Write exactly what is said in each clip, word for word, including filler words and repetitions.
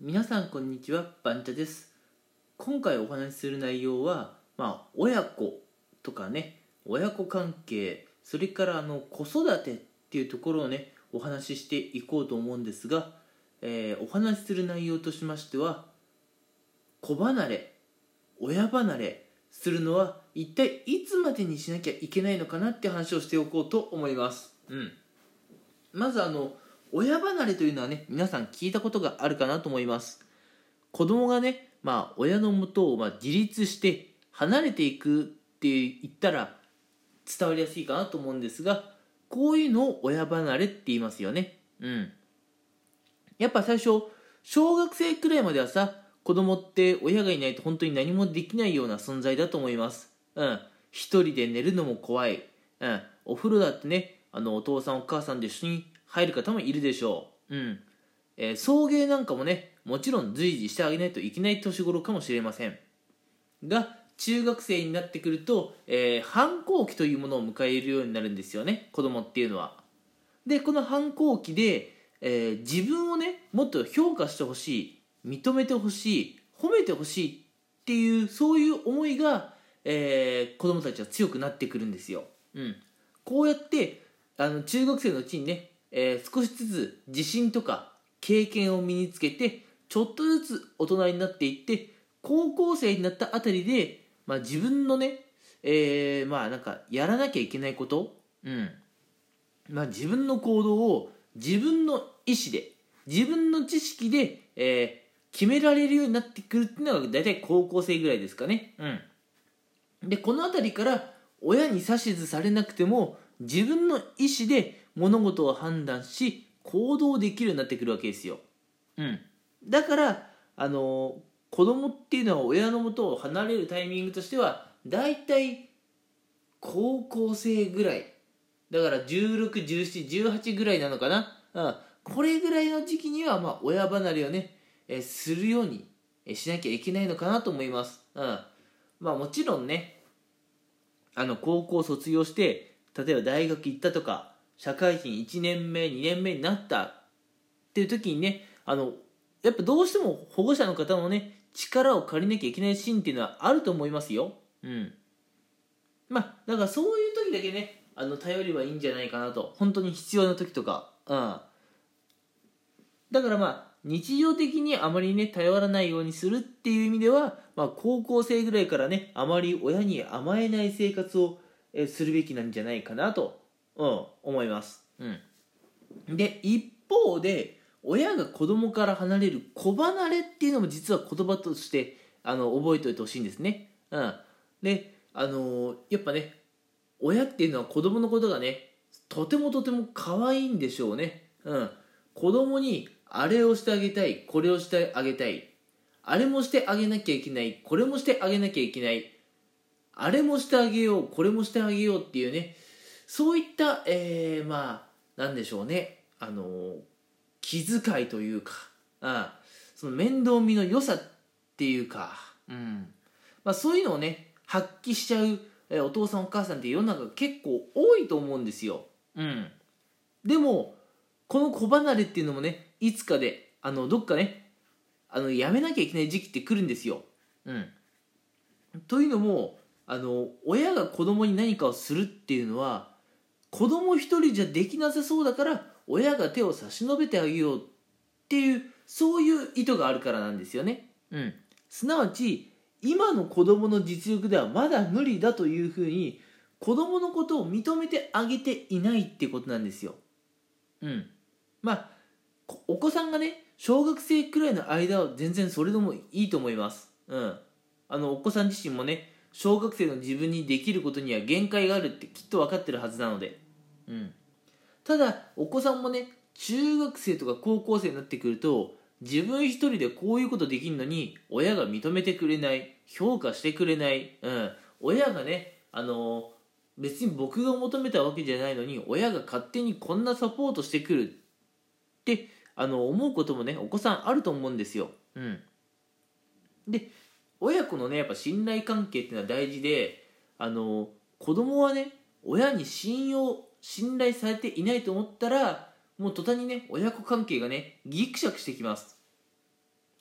皆さんこんにちは、バンチャです。今回お話しする内容は、まあ、親子とかね、親子関係、それからあの子育てっていうところをね、お話ししていこうと思うんですが、えーお話しする内容としましては、子離れ、親離れするのは一体いつまでにしなきゃいけないのかなって話をしておこうと思います。うん。まずあの親離れというのはね、皆さん聞いたことがあるかなと思います。子供がね、まあ、親の元をまあ自立して離れていくって言ったら伝わりやすいかなと思うんですが、こういうのを親離れって言いますよね。うん。やっぱ最初、小学生くらいまではさ、子供って親がいないと本当に何もできないような存在だと思います。うん。一人で寝るのも怖い。うん。お風呂だってね、あのお父さんお母さんで一緒に入る方もいるでしょう。うん。えー送迎なんかもね、もちろん随時してあげないといけない年頃かもしれませんが、中学生になってくると、えー反抗期というものを迎えるようになるんですよね、子供っていうのは。でこの反抗期で、えー自分をねもっと評価してほしい、認めてほしい、褒めてほしいっていう、そういう思いが、えー子供たちは強くなってくるんですよ。うん、こうやってあの中学生のうちにね、えー少しずつ自信とか経験を身につけて、ちょっとずつ大人になっていって、高校生になったあたりで、まあ、自分のね、えーまあなんかやらなきゃいけないこと、うんまあ、自分の行動を自分の意思で、自分の知識で、えー決められるようになってくるっていうのが大体高校生ぐらいですかね。うん、でこの辺りから親に指図されなくても自分の意思で物事を判断し行動できるようになってくるわけですよ。うん、だからあの子供っていうのは親の元を離れるタイミングとしてはだいたい高校生ぐらいだからじゅうろく、じゅうなな、じゅうはちぐらいなのかな、うん、これぐらいの時期にはまあ親離れをね、えーするようにえしなきゃいけないのかなと思います。うん、まあもちろんね、あの高校卒業して例えば大学行ったとか社会人いちねんめにねんめになったっていう時にね、あのやっぱどうしても保護者の方のね力を借りなきゃいけないシーンっていうのはあると思いますよ。うんまあだからそういう時だけね、あの頼ればいいんじゃないかなと、本当に必要な時とか。うんだからまあ日常的にあまりね頼らないようにするっていう意味では、まあ、高校生ぐらいからねあまり親に甘えない生活をえするべきなんじゃないかなと、うん、思います。うん、で一方で親が子供から離れる子離れっていうのも実は言葉としてあの覚えておいてほしいんですね。うん、であのーやっぱね親っていうのは子供のことがねとてもとても可愛いんでしょうね。うん、子供にあれをしてあげたい、これをしてあげたい、あれもしてあげなきゃいけない、これもしてあげなきゃいけない、あれもしてあげよう、これもしてあげようっていうね、そういった、えー、まあなんでしょうね、あの気遣いというか、あその面倒見の良さっていうか、うんまあ、そういうのをね発揮しちゃう、えーお父さんお母さんって世の中結構多いと思うんですよ。うん、でもこの子離れっていうのもねいつかであのどっかねあのやめなきゃいけない時期って来るんですよ。うん、というのもあの親が子供に何かをするっていうのは子供一人じゃできなさそうだから親が手を差し伸べてあげようっていう、そういう意図があるからなんですよね。うん、すなわち今の子供の実力ではまだ無理だというふうに子供のことを認めてあげていないってことなんですよ。うんまあお子さんがね小学生くらいの間は全然それでもいいと思います。うんあのお子さん自身もね小学生の自分にできることには限界があるってきっと分かってるはずなので、うん、ただお子さんもね中学生とか高校生になってくると自分一人でこういうことできるのに親が認めてくれない、評価してくれない、うん、親がねあの別に僕が求めたわけじゃないのに親が勝手にこんなサポートしてくるってあの思うこともねお子さんあると思うんですよ。うん、で親子のねやっぱ信頼関係っていうのは大事で、あの子供はね親に信用信頼されていないと思ったらもう途端にね親子関係がねギクシャクしてきます。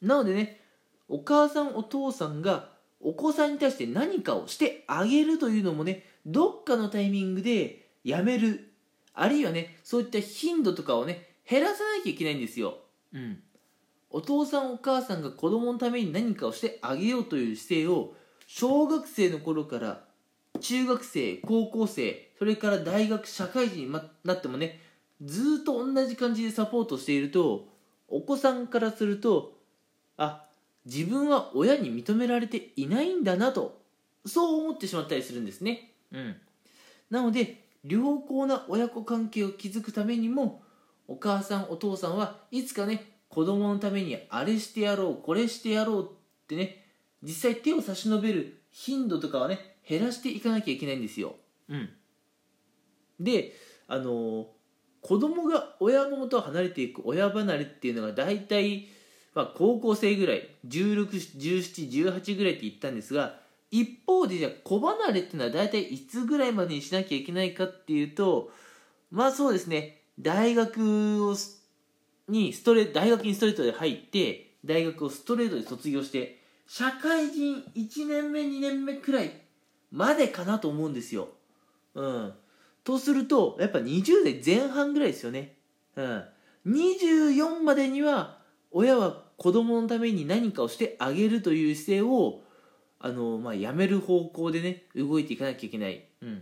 なのでね、お母さんお父さんがお子さんに対して何かをしてあげるというのもね、どっかのタイミングでやめる、あるいはね、そういった頻度とかをね減らさなきゃいけないんですよ。うん、お父さんお母さんが子供のために何かをしてあげようという姿勢を小学生の頃から中学生、高校生、それから大学、社会人になってもね、ずっと同じ感じでサポートしていると、お子さんからすると、あ、自分は親に認められていないんだなと、そう思ってしまったりするんですね。うん、なので良好な親子関係を築くためにも、お母さんお父さんはいつかね、子供のためにあれしてやろうこれしてやろうってね、実際手を差し伸べる頻度とかはね減らしていかなきゃいけないんですよ。うん、で、あのー、子供が親の元を離れていく親離れっていうのが大体、まあ、高校生ぐらい、じゅうろく、じゅうなな、じゅうはちぐらいって言ったんですが、一方でじゃあ子離れっていうのは大体いつぐらいまでにしなきゃいけないかっていうと、まあそうですね、大学をにストレ大学にストレートで入って大学をストレートで卒業して社会人いちねんめにねんめくらいまでかなと思うんですよ。うん、とするとやっぱにじゅう代前半ぐらいですよね。うん、にじゅうよんまでには親は子供のために何かをしてあげるという姿勢をあの、まあ、やめる方向でね動いていかなきゃいけない。うん、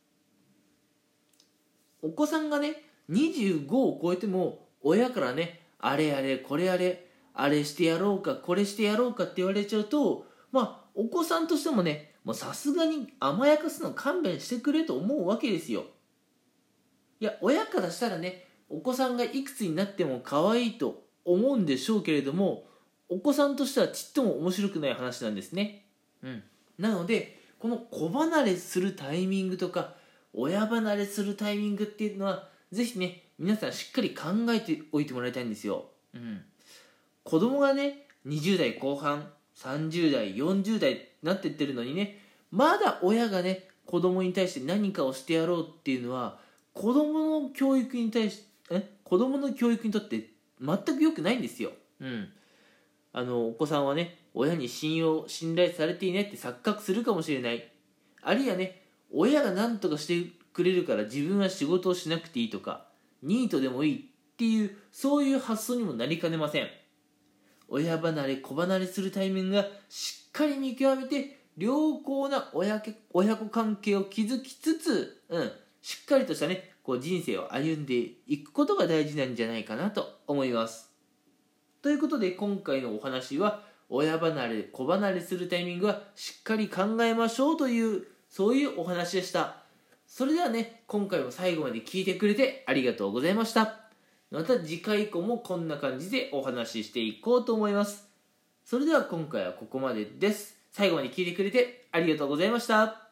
お子さんがねにじゅうごを超えても親からね、あれあれこれあれあれしてやろうかこれしてやろうかって言われちゃうと、まあお子さんとしてもね、もうさすがに甘やかすの勘弁してくれと思うわけですよ。いや、親からしたらね、お子さんがいくつになっても可愛いと思うんでしょうけれども、お子さんとしてはちっとも面白くない話なんですね。うん、なのでこの子離れするタイミングとか親離れするタイミングっていうのはぜひね皆さんしっかり考えておいてもらいたいんですよ。うん、子供がねにじゅう代後半、さんじゅう代、よんじゅう代になってってるのにね、まだ親がね子供に対して何かをしてやろうっていうのは子供の教育に対しえ子供の教育にとって全く良くないんですよ。うん、あのお子さんはね親に信用信頼されていないって錯覚するかもしれない。あるいはね親が何とかしてくれるから自分は仕事をしなくていいとかニートでもいいっていうそういう発想にもなりかねません。親離れ子離れするタイミングがしっかり見極めて良好な親け親子関係を築きつつ、うん、しっかりとしたねこう人生を歩んでいくことが大事なんじゃないかなと思います。ということで今回のお話は親離れ子離れするタイミングはしっかり考えましょうというそういうお話でした。それではね今回も最後まで聞いてくれてありがとうございました。また次回以降もこんな感じでお話ししていこうと思います。それでは今回はここまでです。最後まで聞いてくれてありがとうございました。